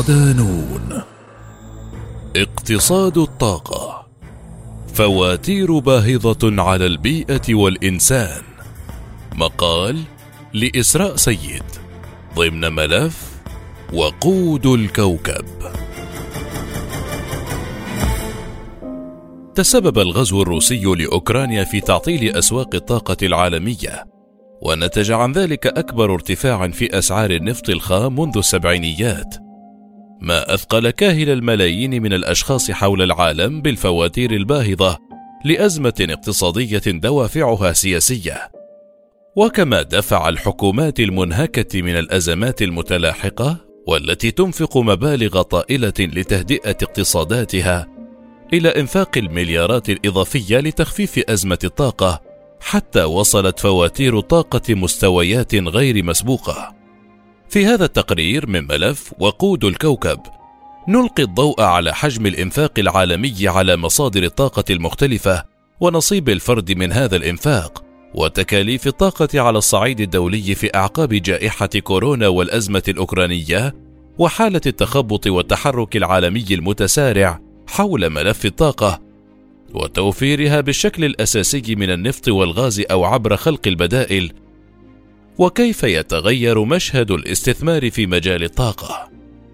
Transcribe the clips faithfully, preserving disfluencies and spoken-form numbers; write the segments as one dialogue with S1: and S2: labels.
S1: صدانون. اقتصاد الطاقة، فواتير باهظة على البيئة والإنسان. مقال لإسراء سيد ضمن ملف وقود الكوكب. تسبب الغزو الروسي لأوكرانيا في تعطيل أسواق الطاقة العالمية، ونتج عن ذلك أكبر ارتفاع في أسعار النفط الخام منذ السبعينيات، ما أثقل كاهل الملايين من الأشخاص حول العالم بالفواتير الباهظة لأزمة اقتصادية دوافعها سياسية. وكما دفع الحكومات المنهكة من الأزمات المتلاحقة والتي تنفق مبالغ طائلة لتهدئة اقتصاداتها إلى إنفاق المليارات الإضافية لتخفيف أزمة الطاقة، حتى وصلت فواتير الطاقة مستويات غير مسبوقة. في هذا التقرير من ملف وقود الكوكب نلقي الضوء على حجم الإنفاق العالمي على مصادر الطاقة المختلفة ونصيب الفرد من هذا الإنفاق، وتكاليف الطاقة على الصعيد الدولي في أعقاب جائحة كورونا والأزمة الأوكرانية، وحالة التخبط والتحرك العالمي المتسارع حول ملف الطاقة وتوفيرها بالشكل الأساسي من النفط والغاز أو عبر خلق البدائل، وكيف يتغير مشهد الاستثمار في مجال الطاقة.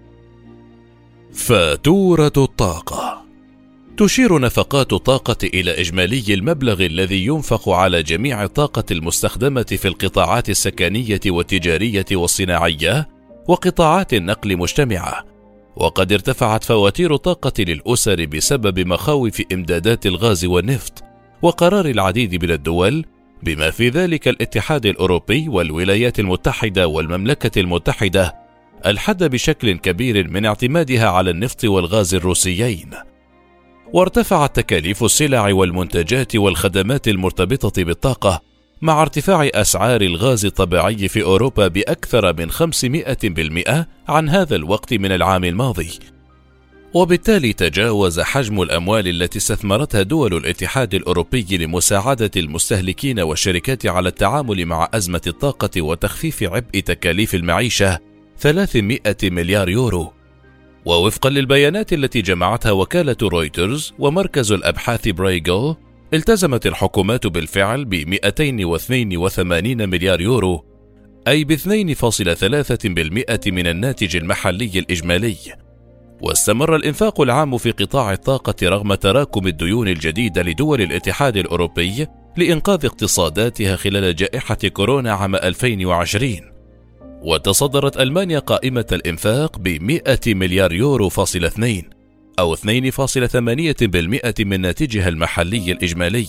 S1: فاتورة الطاقة. تشير نفقات الطاقة إلى إجمالي المبلغ الذي ينفق على جميع الطاقة المستخدمة في القطاعات السكنية والتجارية والصناعية وقطاعات النقل مجتمعة. وقد ارتفعت فواتير الطاقة للأسر بسبب مخاوف إمدادات الغاز والنفط وقرار العديد من الدول بما في ذلك الاتحاد الأوروبي والولايات المتحدة والمملكة المتحدة الحد بشكل كبير من اعتمادها على النفط والغاز الروسيين. وارتفعت تكاليف السلع والمنتجات والخدمات المرتبطة بالطاقة مع ارتفاع أسعار الغاز الطبيعي في أوروبا بأكثر من خمسمائة بالمئة عن هذا الوقت من العام الماضي. وبالتالي تجاوز حجم الأموال التي استثمرتها دول الاتحاد الأوروبي لمساعدة المستهلكين والشركات على التعامل مع أزمة الطاقة وتخفيف عبء تكاليف المعيشة ثلاثمائة مليار يورو. ووفقا للبيانات التي جمعتها وكالة رويترز ومركز الأبحاث برايغل، التزمت الحكومات بالفعل ب مئتين واثنين وثمانين مليار يورو، أي ب اثنين فاصلة ثلاثة بالمئة من الناتج المحلي الإجمالي. واستمر الإنفاق العام في قطاع الطاقة رغم تراكم الديون الجديدة لدول الاتحاد الأوروبي لإنقاذ اقتصاداتها خلال جائحة كورونا عام ألفين وعشرين. وتصدرت ألمانيا قائمة الإنفاق ب مئة مليار يورو فاصلة اثنين أو اثنين فاصلة ثمانية بالمئة من ناتجها المحلي الإجمالي.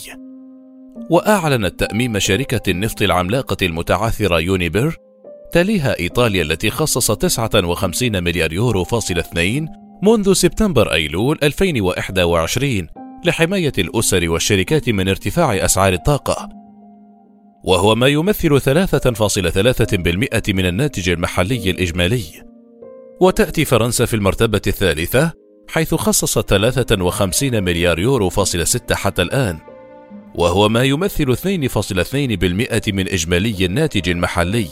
S1: وأعلنت تأميم شركة النفط العملاقة المتعثرة يونيبر، تليها إيطاليا التي خصصت تسعة وخمسين مليار يورو فاصلة اثنين منذ سبتمبر أيلول ألفين وواحد وعشرين لحماية الأسر والشركات من ارتفاع أسعار الطاقة، وهو ما يمثل ثلاثة فاصلة ثلاثة بالمئة من الناتج المحلي الإجمالي. وتأتي فرنسا في المرتبة الثالثة حيث خصصت ثلاثة وخمسين مليار يورو فاصلة ستة حتى الآن، وهو ما يمثل اثنين فاصلة اثنين بالمئة من إجمالي الناتج المحلي.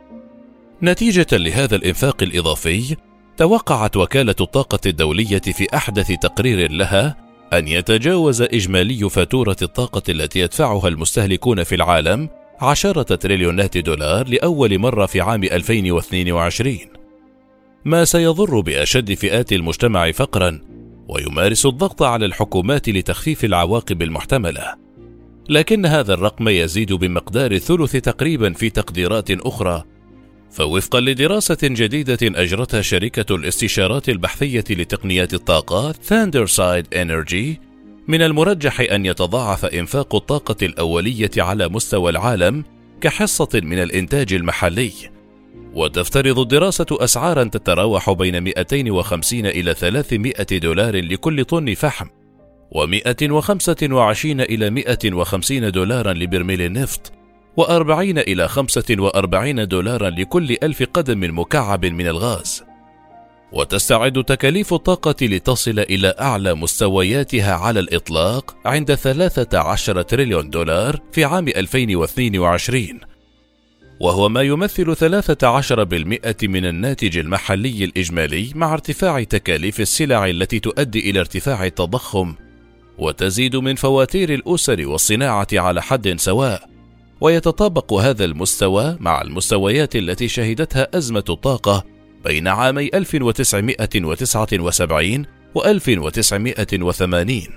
S1: نتيجة لهذا الإنفاق الإضافي، توقعت وكالة الطاقة الدولية في أحدث تقرير لها أن يتجاوز إجمالي فاتورة الطاقة التي يدفعها المستهلكون في العالم عشرة تريليونات دولار لأول مرة في عام ألفين واثنين وعشرين، ما سيضر بأشد فئات المجتمع فقرا ويمارس الضغط على الحكومات لتخفيف العواقب المحتملة. لكن هذا الرقم يزيد بمقدار الثلث تقريبا في تقديرات أخرى. فوفقا لدراسة جديدة أجرتها شركة الاستشارات البحثية لتقنيات الطاقة ثاندرسايد إنرجي، من المرجح أن يتضاعف إنفاق الطاقة الأولية على مستوى العالم كحصة من الإنتاج المحلي. وتفترض الدراسة أسعارا تتراوح بين مئتين وخمسين إلى ثلاثمائة دولار لكل طن فحم، ومئة وخمسة وعشرين إلى مئة وخمسين دولارا لبرميل النفط، وأربعين إلى خمسة وأربعين دولارا لكل ألف قدم مكعب من الغاز. وتستعد تكاليف الطاقة لتصل إلى أعلى مستوياتها على الإطلاق عند ثلاثة عشر تريليون دولار في عام ألفين واثنين وعشرين. وهو ما يمثل ثلاثة عشر بالمئة من الناتج المحلي الإجمالي، مع ارتفاع تكاليف السلع التي تؤدي إلى ارتفاع التضخم، وتزيد من فواتير الأسر والصناعة على حد سواء. ويتطابق هذا المستوى مع المستويات التي شهدتها أزمة الطاقة بين عامي ألف وتسعمئة وتسعة وسبعين و ألف وتسعمئة وثمانين.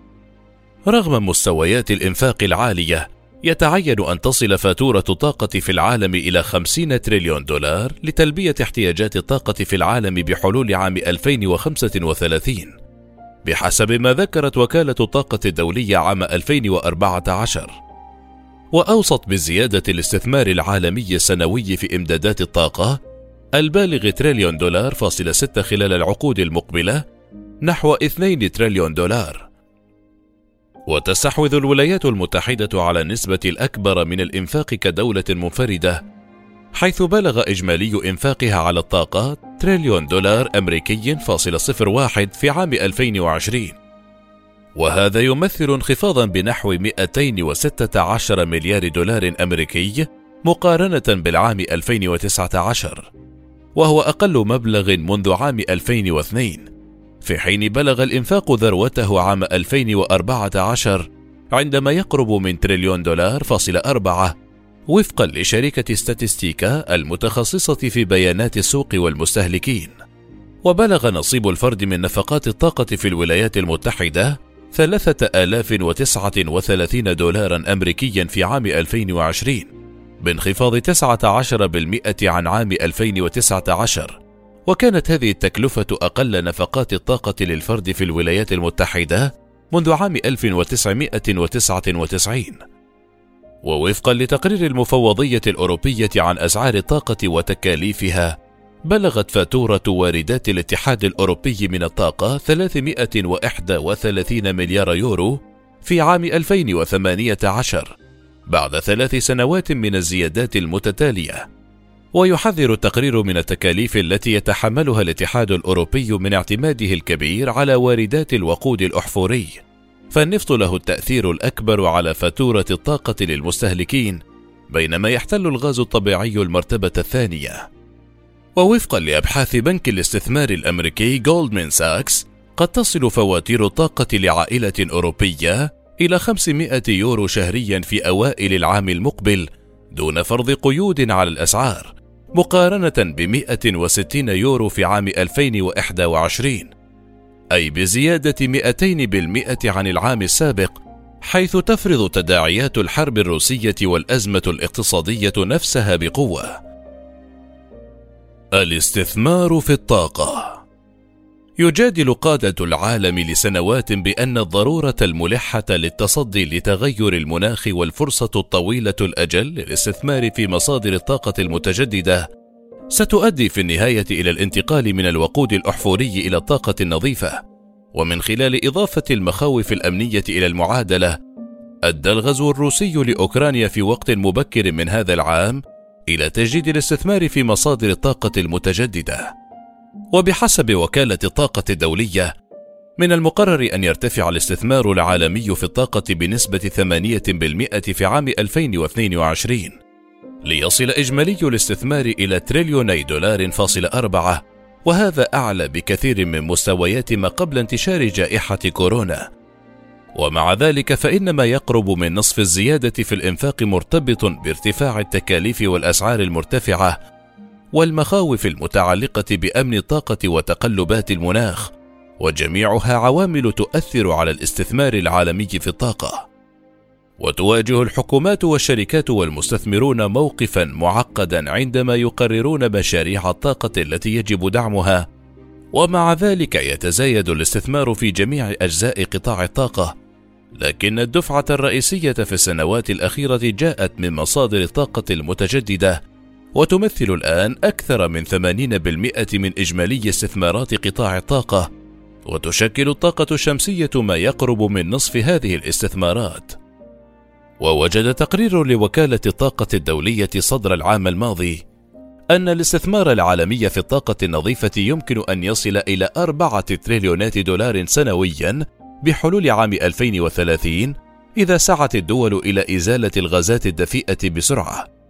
S1: رغم مستويات الإنفاق العالية، يتعين أن تصل فاتورة الطاقة في العالم إلى خمسين تريليون دولار لتلبية احتياجات الطاقة في العالم بحلول عام ألفين وخمسة وثلاثين، بحسب ما ذكرت وكالة الطاقة الدولية عام ألفين وأربعة عشر. وأوصت بزيادة الاستثمار العالمي السنوي في إمدادات الطاقة البالغ تريليون دولار فاصل ستة خلال العقود المقبلة نحو اثنين تريليون دولار. وتستحوذ الولايات المتحدة على النسبة الأكبر من الإنفاق كدولة منفردة، حيث بلغ إجمالي إنفاقها على الطاقة تريليون دولار أمريكي فاصل صفر واحد في عام ألفين وعشرين، وهذا يمثل انخفاضا بنحو مئتين وستة عشر مليار دولار أمريكي مقارنة بالعام ألفين وتسعة عشر، وهو أقل مبلغ منذ عام ألفين واثنين، في حين بلغ الإنفاق ذروته عام ألفين وأربعة عشر عندما يقرب من تريليون دولار فاصل أربعة، وفقا لشركة ستاتستيكا المتخصصة في بيانات السوق والمستهلكين. وبلغ نصيب الفرد من نفقات الطاقة في الولايات المتحدة ثلاثة آلاف وتسعة وثلاثين دولارا أمريكيا في عام ألفين وعشرين، بانخفاض تسعة عشر بالمئة عن عام ألفين وتسعة عشر. وكانت هذه التكلفة أقل نفقات الطاقة للفرد في الولايات المتحدة منذ عام ألف وتسعمئة وتسعة وتسعين. ووفقا لتقرير المفوضية الأوروبية عن أسعار الطاقة وتكاليفها، بلغت فاتورة واردات الاتحاد الأوروبي من الطاقة ثلاثمئة وواحد وثلاثين مليار يورو في عام ألفين وثمانية عشر، بعد ثلاث سنوات من الزيادات المتتالية. ويحذر التقرير من التكاليف التي يتحملها الاتحاد الأوروبي من اعتماده الكبير على واردات الوقود الأحفوري، فالنفط له التأثير الأكبر على فاتورة الطاقة للمستهلكين، بينما يحتل الغاز الطبيعي المرتبة الثانية. ووفقا لأبحاث بنك الاستثمار الأمريكي جولدمان ساكس، قد تصل فواتير الطاقة لعائلة أوروبية إلى خمسمئة يورو شهريا في أوائل العام المقبل دون فرض قيود على الأسعار، مقارنة بمئة وستين يورو في عام ألفين وواحد وعشرين، أي بزيادة مئتين بالمئة عن العام السابق، حيث تفرض تداعيات الحرب الروسية والأزمة الاقتصادية نفسها بقوة. الاستثمار في الطاقة. يجادل قادة العالم لسنوات بأن الضرورة الملحة للتصدي لتغير المناخ والفرصة الطويلة الأجل للاستثمار في مصادر الطاقة المتجددة ستؤدي في النهاية إلى الانتقال من الوقود الأحفوري إلى الطاقة النظيفة. ومن خلال إضافة المخاوف الأمنية إلى المعادلة، أدى الغزو الروسي لأوكرانيا في وقت مبكر من هذا العام إلى تجديد الاستثمار في مصادر الطاقة المتجددة. وبحسب وكالة الطاقة الدولية، من المقرر أن يرتفع الاستثمار العالمي في الطاقة بنسبة ثمانية بالمئة في عام ألفين واثنين وعشرين، ليصل إجمالي الاستثمار إلى تريليوني دولار فاصل أربعة، وهذا أعلى بكثير من مستويات ما قبل انتشار جائحة كورونا. ومع ذلك فإن ما يقرب من نصف الزيادة في الإنفاق مرتبط بارتفاع التكاليف والأسعار المرتفعة والمخاوف المتعلقة بأمن الطاقة وتقلبات المناخ، وجميعها عوامل تؤثر على الاستثمار العالمي في الطاقة. وتواجه الحكومات والشركات والمستثمرون موقفا معقدا عندما يقررون مشاريع الطاقة التي يجب دعمها، ومع ذلك يتزايد الاستثمار في جميع أجزاء قطاع الطاقة، لكن الدفعة الرئيسية في السنوات الأخيرة جاءت من مصادر الطاقة المتجددة، وتمثل الآن أكثر من ثمانين بالمئة من إجمالي استثمارات قطاع الطاقة، وتشكل الطاقة الشمسية ما يقرب من نصف هذه الاستثمارات. ووجد تقرير لوكالة الطاقة الدولية صدر العام الماضي أن الاستثمار العالمي في الطاقة النظيفة يمكن أن يصل إلى أربعة تريليونات دولار سنويا بحلول عام ألفين وثلاثين إذا سعت الدول إلى إزالة الغازات الدفيئة بسرعة.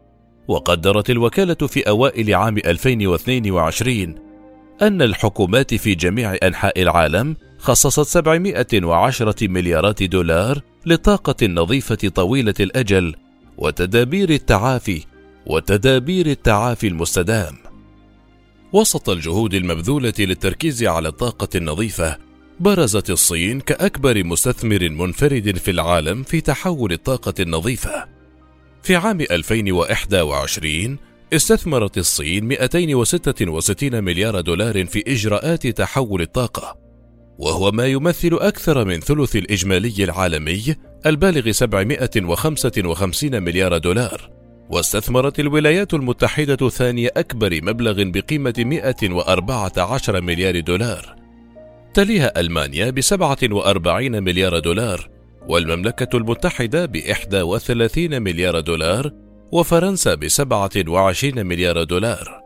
S1: وقدرت الوكالة في أوائل عام ألفين واثنين وعشرين أن الحكومات في جميع أنحاء العالم خصصت سبعمائة وعشرة مليارات دولار لطاقة نظيفة طويلة الأجل وتدابير التعافي وتدابير التعافي المستدام. وسط الجهود المبذولة للتركيز على الطاقة النظيفة، برزت الصين كأكبر مستثمر منفرد في العالم في تحول الطاقة النظيفة. في عام ألفين وواحد وعشرين استثمرت الصين مئتين وستة وستين مليار دولار في إجراءات تحول الطاقة، وهو ما يمثل أكثر من ثلث الإجمالي العالمي البالغ سبعمائة وخمسة وخمسين مليار دولار. واستثمرت الولايات المتحدة ثاني أكبر مبلغ بقيمة مئة وأربعة عشر مليار دولار، تليها ألمانيا بسبعة وأربعين مليار دولار، والمملكة المتحدة بإحدى وثلاثين مليار دولار، وفرنسا بسبعة وعشرين مليار دولار.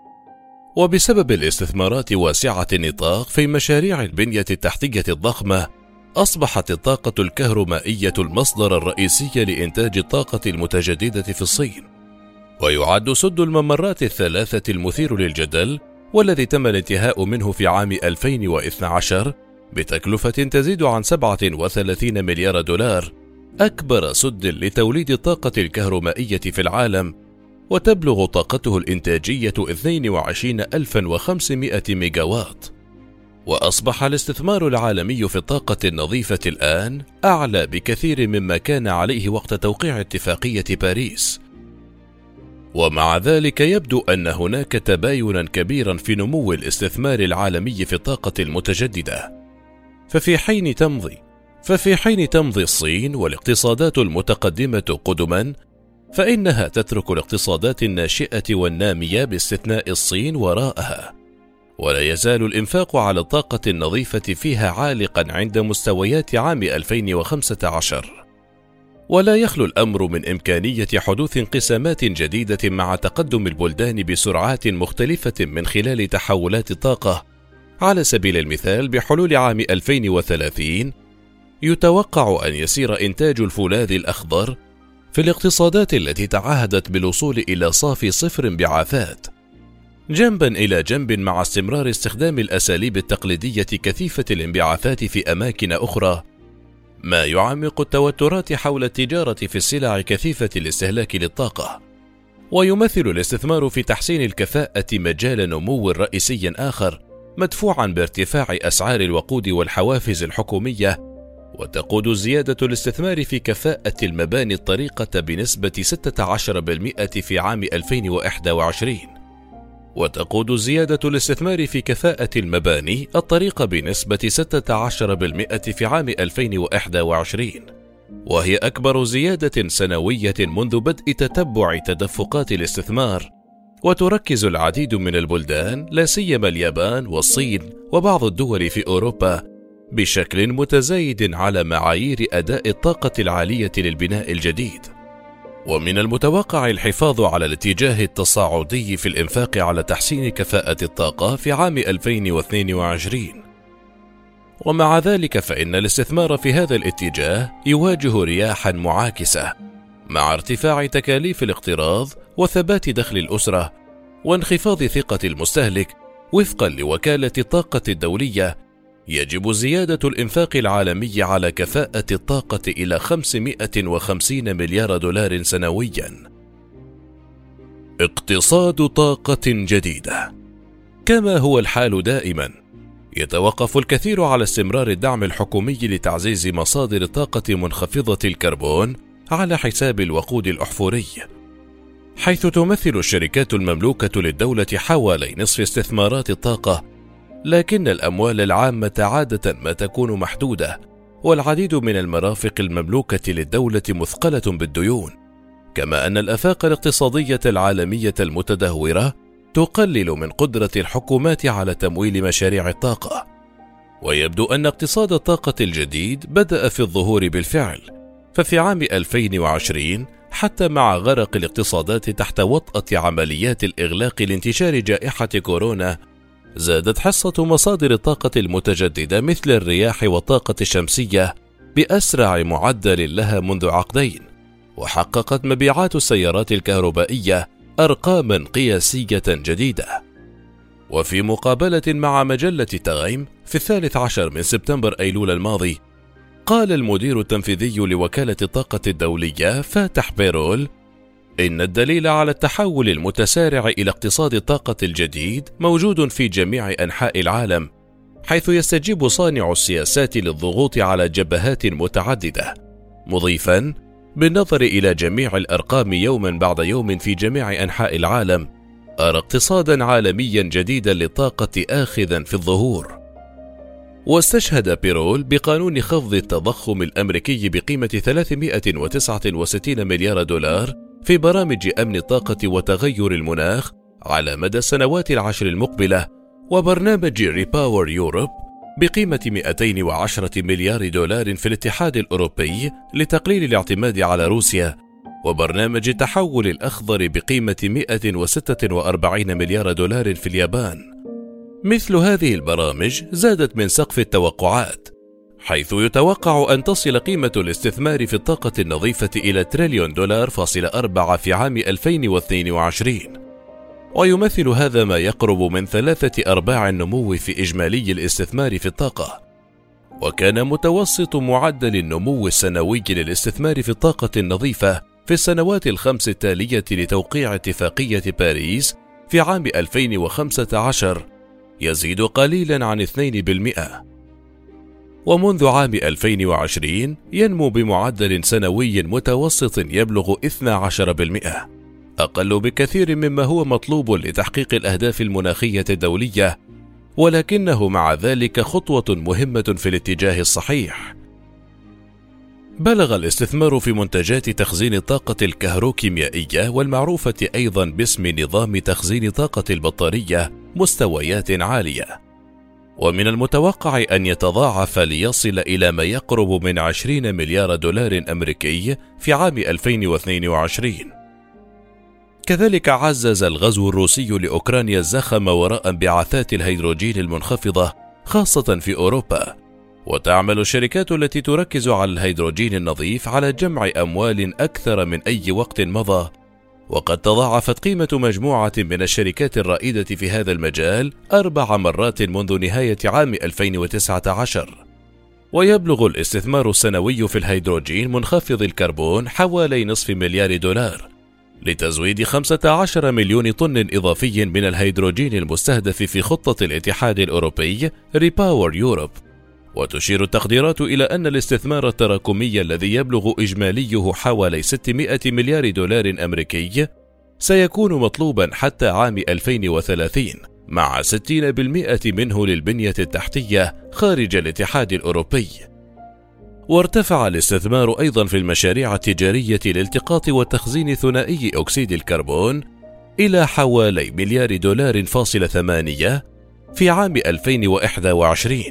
S1: وبسبب الاستثمارات واسعة النطاق في مشاريع البنية التحتية الضخمة، أصبحت الطاقة الكهرومائية المصدر الرئيسي لإنتاج الطاقة المتجددة في الصين، ويعد سد الممرات الثلاثة المثير للجدل والذي تم الانتهاء منه في عام ألفين واثني عشر بتكلفة تزيد عن سبعة وثلاثين مليار دولار، أكبر سد لتوليد الطاقة الكهرومائية في العالم، وتبلغ طاقته الإنتاجية اثنين وعشرين ألفا وخمسمائة ميجاوات. وأصبح الاستثمار العالمي في الطاقة النظيفة الآن أعلى بكثير مما كان عليه وقت توقيع اتفاقية باريس. ومع ذلك يبدو أن هناك تباينا كبيرا في نمو الاستثمار العالمي في الطاقة المتجددة. ففي حين تمضي ففي حين تمضي الصين والاقتصادات المتقدمة قدما، فإنها تترك الاقتصادات الناشئة والنامية باستثناء الصين وراءها، ولا يزال الإنفاق على الطاقة النظيفة فيها عالقا عند مستويات عام ألفين وخمسة عشر. ولا يخلو الأمر من إمكانية حدوث انقسامات جديدة مع تقدم البلدان بسرعات مختلفة من خلال تحولات الطاقة. على سبيل المثال، بحلول عام ألفين وثلاثين يتوقع أن يسير إنتاج الفولاذ الأخضر في الاقتصادات التي تعهدت بالوصول إلى صافي صفر انبعاثات، جنبا إلى جنب مع استمرار استخدام الأساليب التقليدية كثيفة الانبعاثات في أماكن أخرى، ما يعمق التوترات حول التجارة في السلع كثيفة الاستهلاك للطاقة. ويمثل الاستثمار في تحسين الكفاءة مجال نمو رئيسي آخر، مدفوعا بارتفاع أسعار الوقود والحوافز الحكومية. وتقود زيادة الاستثمار في كفاءة المباني الطريقة بنسبة ستة عشر بالمئة في عام ألفين وواحد وعشرين، وتقود زيادة الاستثمار في كفاءة المباني الطريقة بنسبة ستة عشر بالمئة في عام ألفين وواحد وعشرين، وهي أكبر زيادة سنوية منذ بدء تتبع تدفقات الاستثمار. وتركز العديد من البلدان، لا سيما اليابان والصين وبعض الدول في أوروبا، بشكل متزايد على معايير أداء الطاقة العالية للبناء الجديد. ومن المتوقع الحفاظ على الاتجاه التصاعدي في الإنفاق على تحسين كفاءة الطاقة في عام ألفين واثنين وعشرين. ومع ذلك فإن الاستثمار في هذا الاتجاه يواجه رياحا معاكسة، مع ارتفاع تكاليف الاقتراض وثبات دخل الأسرة وانخفاض ثقة المستهلك. وفقا لوكالة الطاقة الدولية، يجب زيادة الإنفاق العالمي على كفاءة الطاقة إلى خمسمائة وخمسين مليار دولار سنويا. اقتصاد طاقة جديدة. كما هو الحال دائما، يتوقف الكثير على استمرار الدعم الحكومي لتعزيز مصادر الطاقة منخفضة الكربون على حساب الوقود الأحفوري، حيث تمثل الشركات المملوكة للدولة حوالي نصف استثمارات الطاقة، لكن الأموال العامة عادة ما تكون محدودة، والعديد من المرافق المملوكة للدولة مثقلة بالديون، كما أن الآفاق الاقتصادية العالمية المتدهورة تقلل من قدرة الحكومات على تمويل مشاريع الطاقة. ويبدو أن اقتصاد الطاقة الجديد بدأ في الظهور بالفعل، ففي عام ألفين وعشرين حتى مع غرق الاقتصادات تحت وطأة عمليات الإغلاق لانتشار جائحة كورونا، زادت حصة مصادر الطاقة المتجددة مثل الرياح والطاقة الشمسية بأسرع معدل لها منذ عقدين، وحققت مبيعات السيارات الكهربائية أرقاما قياسية جديدة. وفي مقابلة مع مجلة تايم في الثالث عشر من سبتمبر أيلول الماضي، قال المدير التنفيذي لوكالة الطاقة الدولية فاتح بيرول إن الدليل على التحول المتسارع إلى اقتصاد الطاقة الجديد موجود في جميع أنحاء العالم، حيث يستجيب صانع السياسات للضغوط على جبهات متعددة، مضيفا بالنظر إلى جميع الأرقام يوما بعد يوم في جميع أنحاء العالم، أرى اقتصادا عالميا جديدا للطاقة آخذا في الظهور. واستشهد بيرول بقانون خفض التضخم الأمريكي بقيمة ثلاثمائة وتسعة وستين مليار دولار في برامج أمن الطاقة وتغير المناخ على مدى السنوات العشر المقبلة، وبرنامج ريباور يوروب بقيمة مئتين وعشرة مليار دولار في الاتحاد الأوروبي لتقليل الاعتماد على روسيا، وبرنامج التحول الأخضر بقيمة مئة وستة وأربعين مليار دولار في اليابان. مثل هذه البرامج زادت من سقف التوقعات، حيث يتوقع أن تصل قيمة الاستثمار في الطاقة النظيفة إلى تريليون دولار فاصل أربعة في عام ألفين واثنين وعشرين، ويمثل هذا ما يقرب من ثلاثة أرباع النمو في إجمالي الاستثمار في الطاقة. وكان متوسط معدل النمو السنوي للاستثمار في الطاقة النظيفة في السنوات الخمس التالية لتوقيع اتفاقية باريس في عام ألفين وخمسة عشر يزيد قليلا عن اثنين بالمئة، ومنذ عام ألفين وعشرين ينمو بمعدل سنوي متوسط يبلغ اثني عشر بالمئة، أقل بكثير مما هو مطلوب لتحقيق الأهداف المناخية الدولية، ولكنه مع ذلك خطوة مهمة في الاتجاه الصحيح. بلغ الاستثمار في منتجات تخزين الطاقة الكهروكيميائية والمعروفة أيضا باسم نظام تخزين طاقة البطارية مستويات عالية، ومن المتوقع أن يتضاعف ليصل إلى ما يقرب من عشرين مليار دولار أمريكي في عام ألفين واثنين وعشرين. كذلك عزز الغزو الروسي لأوكرانيا الزخم وراء انبعاثات الهيدروجين المنخفضة خاصة في أوروبا، وتعمل الشركات التي تركز على الهيدروجين النظيف على جمع أموال أكثر من أي وقت مضى، وقد تضاعفت قيمة مجموعة من الشركات الرائدة في هذا المجال أربع مرات منذ نهاية عام ألفين وتسعة عشر. ويبلغ الاستثمار السنوي في الهيدروجين منخفض الكربون حوالي نصف مليار دولار لتزويد خمسة عشر مليون طن إضافي من الهيدروجين المستهدف في خطة الاتحاد الأوروبي ريباور يوروب. وتشير التقديرات إلى أن الاستثمار التراكمي الذي يبلغ إجماليه حوالي ستمائة مليار دولار أمريكي سيكون مطلوبا حتى عام ألفين وثلاثين، مع ستين بالمئة منه للبنية التحتية خارج الاتحاد الأوروبي. وارتفع الاستثمار أيضا في المشاريع التجارية لالتقاط وتخزين ثنائي أكسيد الكربون إلى حوالي مليار دولار فاصل ثمانية في عام ألفين وإحدى وعشرين.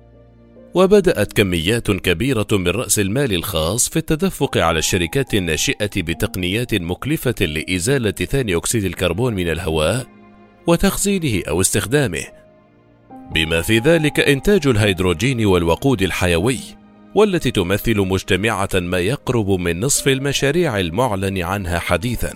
S1: وبدأت كميات كبيرة من رأس المال الخاص في التدفق على الشركات الناشئة بتقنيات مكلفة لإزالة ثاني أكسيد الكربون من الهواء وتخزينه أو استخدامه، بما في ذلك إنتاج الهيدروجين والوقود الحيوي، والتي تمثل مجتمعة ما يقرب من نصف المشاريع المعلن عنها حديثا.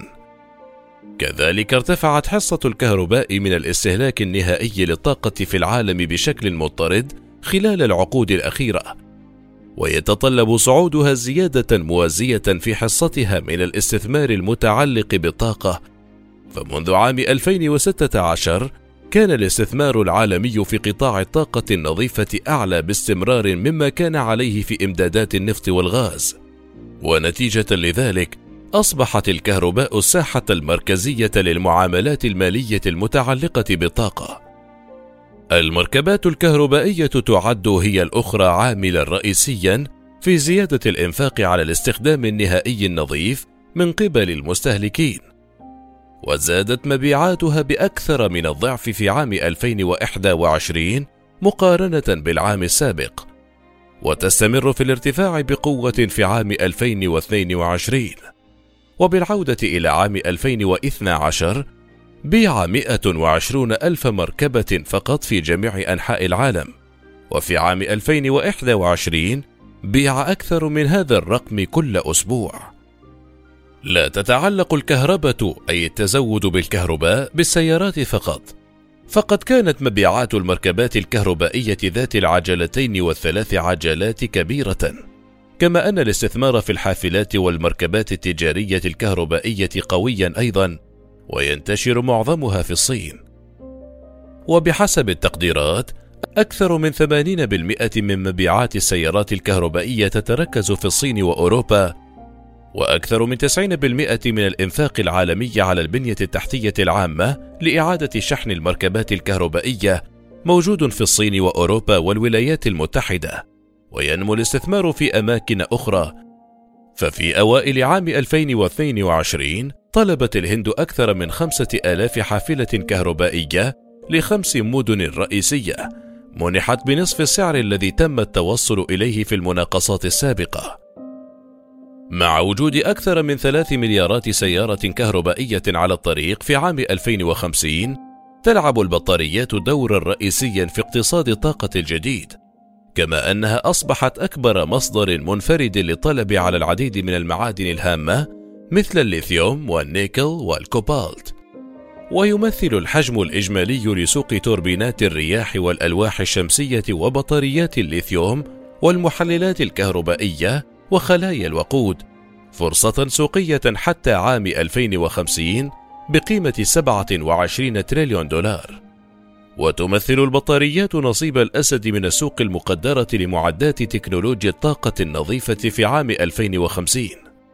S1: كذلك ارتفعت حصة الكهرباء من الاستهلاك النهائي للطاقة في العالم بشكل مضطرد خلال العقود الأخيرة، ويتطلب صعودها زيادة موازية في حصتها من الاستثمار المتعلق بالطاقة. فمنذ عام ألفين وستة عشر كان الاستثمار العالمي في قطاع الطاقة النظيفة أعلى باستمرار مما كان عليه في إمدادات النفط والغاز، ونتيجة لذلك أصبحت الكهرباء الساحة المركزية للمعاملات المالية المتعلقة بالطاقة. المركبات الكهربائية تعد هي الأخرى عاملا رئيسيا في زيادة الإنفاق على الاستخدام النهائي النظيف من قبل المستهلكين، وزادت مبيعاتها بأكثر من الضعف في عام ألفين وإحدى وعشرين مقارنة بالعام السابق، وتستمر في الارتفاع بقوة في عام ألفين واثنين وعشرين. وبالعودة إلى عام ألفين واثني عشر بيع مئة وعشرين ألف مركبة فقط في جميع أنحاء العالم، وفي عام ألفين وإحدى وعشرين بيع أكثر من هذا الرقم كل أسبوع. لا تتعلق الكهرباء أي التزود بالكهرباء بالسيارات فقط، فقد كانت مبيعات المركبات الكهربائية ذات العجلتين والثلاث عجلات كبيرة، كما أن الاستثمار في الحافلات والمركبات التجارية الكهربائية قويا أيضا، وينتشر معظمها في الصين. وبحسب التقديرات أكثر من ثمانين بالمئة من مبيعات السيارات الكهربائية تتركز في الصين وأوروبا، وأكثر من تسعين بالمئة من الإنفاق العالمي على البنية التحتية العامة لإعادة شحن المركبات الكهربائية موجود في الصين وأوروبا والولايات المتحدة، وينمو الاستثمار في أماكن أخرى. ففي أوائل عام ألفين واثنين وعشرين طلبت الهند أكثر من خمسة آلاف حافلة كهربائية لخمس مدن رئيسية، منحت بنصف السعر الذي تم التوصل إليه في المناقصات السابقة. مع وجود أكثر من ثلاث مليارات سيارة كهربائية على الطريق في عام ألفين وخمسين، تلعب البطاريات دورا رئيسيا في اقتصاد الطاقة الجديد، كما أنها أصبحت أكبر مصدر منفرد للطلب على العديد من المعادن الهامة مثل الليثيوم والنيكل والكوبالت. ويمثل الحجم الإجمالي لسوق توربينات الرياح والألواح الشمسية وبطاريات الليثيوم والمحللات الكهربائية وخلايا الوقود فرصة سوقية حتى عام ألفين وخمسين بقيمة سبعة وعشرين تريليون دولار. وتمثل البطاريات نصيب الأسد من السوق المقدرة لمعدات تكنولوجيا الطاقة النظيفة في عام ألفين وخمسين.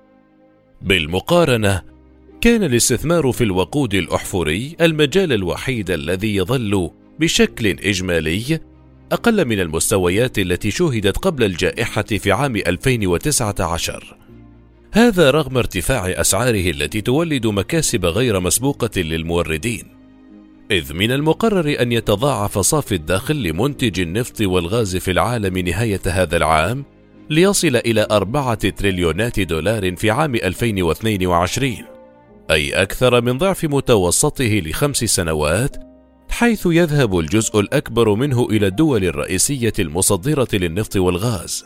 S1: بالمقارنة، كان الاستثمار في الوقود الأحفوري المجال الوحيد الذي يظل بشكل إجمالي أقل من المستويات التي شوهدت قبل الجائحة في عام ألفين وتسعة عشر، هذا رغم ارتفاع أسعاره التي تولد مكاسب غير مسبوقة للموردين، إذ من المقرر أن يتضاعف صافي الدخل لمنتج النفط والغاز في العالم نهاية هذا العام ليصل إلى أربعة تريليونات دولار في عام ألفين واثنين وعشرين، أي أكثر من ضعف متوسطه لخمس سنوات، حيث يذهب الجزء الأكبر منه إلى الدول الرئيسية المصدرة للنفط والغاز.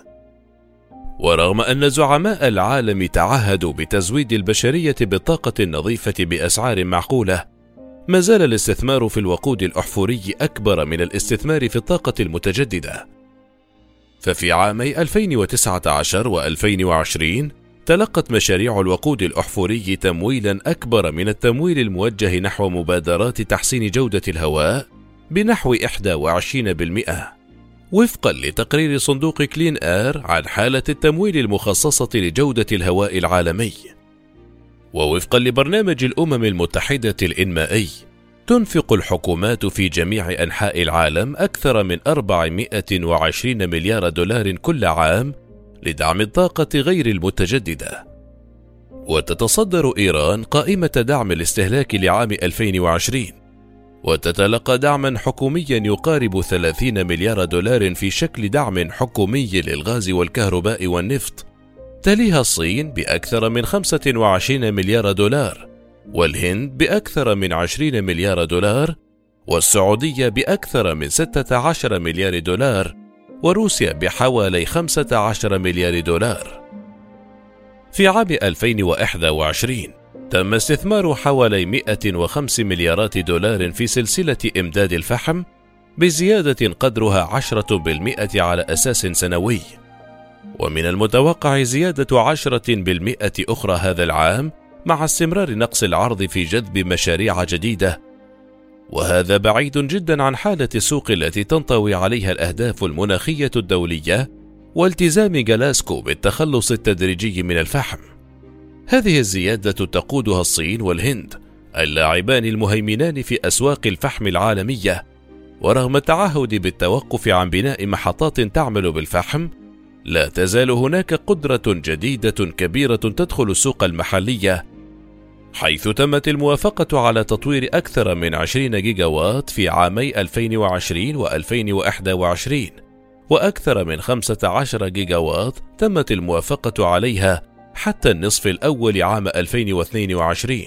S1: ورغم أن زعماء العالم تعهدوا بتزويد البشرية بالطاقة النظيفة بأسعار معقولة، ما زال الاستثمار في الوقود الأحفوري أكبر من الاستثمار في الطاقة المتجددة. ففي عامي ألفين وتسعة عشر وألفين وعشرين تلقت مشاريع الوقود الأحفوري تمويلا أكبر من التمويل الموجه نحو مبادرات تحسين جودة الهواء بنحو واحد وعشرين بالمئة، وفقا لتقرير صندوق كلين اير عن حالة التمويل المخصصة لجودة الهواء العالمي. ووفقا لبرنامج الأمم المتحدة الإنمائي، تنفق الحكومات في جميع أنحاء العالم أكثر من أربعمائة وعشرين مليار دولار كل عام لدعم الطاقة غير المتجددة. وتتصدر إيران قائمة دعم الاستهلاك لعام ألفين وعشرين، وتتلقى دعما حكوميا يقارب ثلاثين مليار دولار في شكل دعم حكومي للغاز والكهرباء والنفط، تليها الصين بأكثر من خمسة وعشرين مليار دولار، والهند بأكثر من عشرين مليار دولار، والسعودية بأكثر من ستة عشر مليار دولار، وروسيا بحوالي خمسة عشر مليار دولار. في عام ألفين وواحد وعشرين تم استثمار حوالي مئة وخمسة مليارات دولار في سلسلة إمداد الفحم بزيادة قدرها عشرة بالمئة على أساس سنوي، ومن المتوقع زيادة عشرة بالمئة أخرى هذا العام مع استمرار نقص العرض في جذب مشاريع جديدة، وهذا بعيد جدا عن حالة السوق التي تنطوي عليها الأهداف المناخية الدولية والتزام جلاسكو بالتخلص التدريجي من الفحم. هذه الزيادة تقودها الصين والهند اللاعبان المهيمنان في أسواق الفحم العالمية، ورغم التعهد بالتوقف عن بناء محطات تعمل بالفحم، لا تزال هناك قدرة جديدة كبيرة تدخل السوق المحلية، حيث تمت الموافقة على تطوير أكثر من عشرين جيجا وات في عامي ألفين وعشرين وألفين وواحد وعشرين، وأكثر من خمسة عشر جيجا وات تمت الموافقة عليها حتى النصف الأول عام ألفين واثنين وعشرين.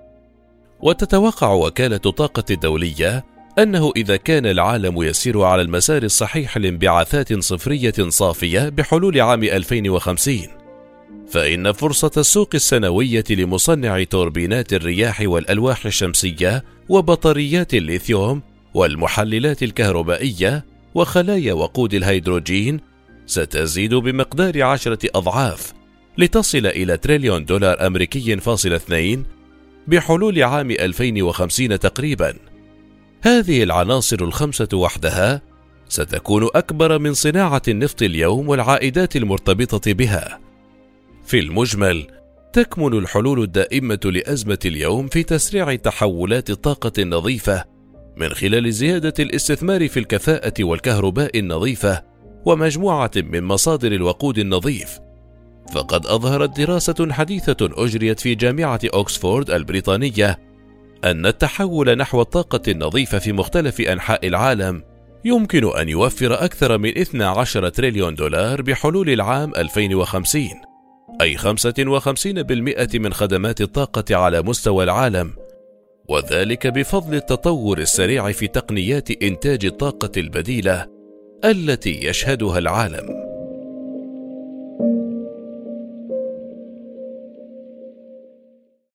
S1: وتتوقع وكالة الطاقة الدولية أنه إذا كان العالم يسير على المسار الصحيح لانبعاثات صفرية صافية بحلول عام ألفين وخمسين، فإن فرصة السوق السنوية لمصنع توربينات الرياح والألواح الشمسية وبطاريات الليثيوم والمحللات الكهربائية وخلايا وقود الهيدروجين ستزيد بمقدار عشرة أضعاف لتصل إلى تريليون دولار أمريكي فاصل اثنين بحلول عام ألفين وخمسين تقريبا. هذه العناصر الخمسة وحدها ستكون أكبر من صناعة النفط اليوم والعائدات المرتبطة بها. في المجمل، تكمن الحلول الدائمة لأزمة اليوم في تسريع تحولات الطاقة النظيفة من خلال زيادة الاستثمار في الكفاءة والكهرباء النظيفة ومجموعة من مصادر الوقود النظيف. فقد أظهرت دراسة حديثة أجريت في جامعة أوكسفورد البريطانية أن التحول نحو الطاقة النظيفة في مختلف أنحاء العالم يمكن أن يوفر أكثر من اثني عشر تريليون دولار بحلول العام ألفين وخمسين، أي خمسة وخمسين بالمئة من خدمات الطاقة على مستوى العالم، وذلك بفضل التطور السريع في تقنيات إنتاج الطاقة البديلة التي يشهدها العالم.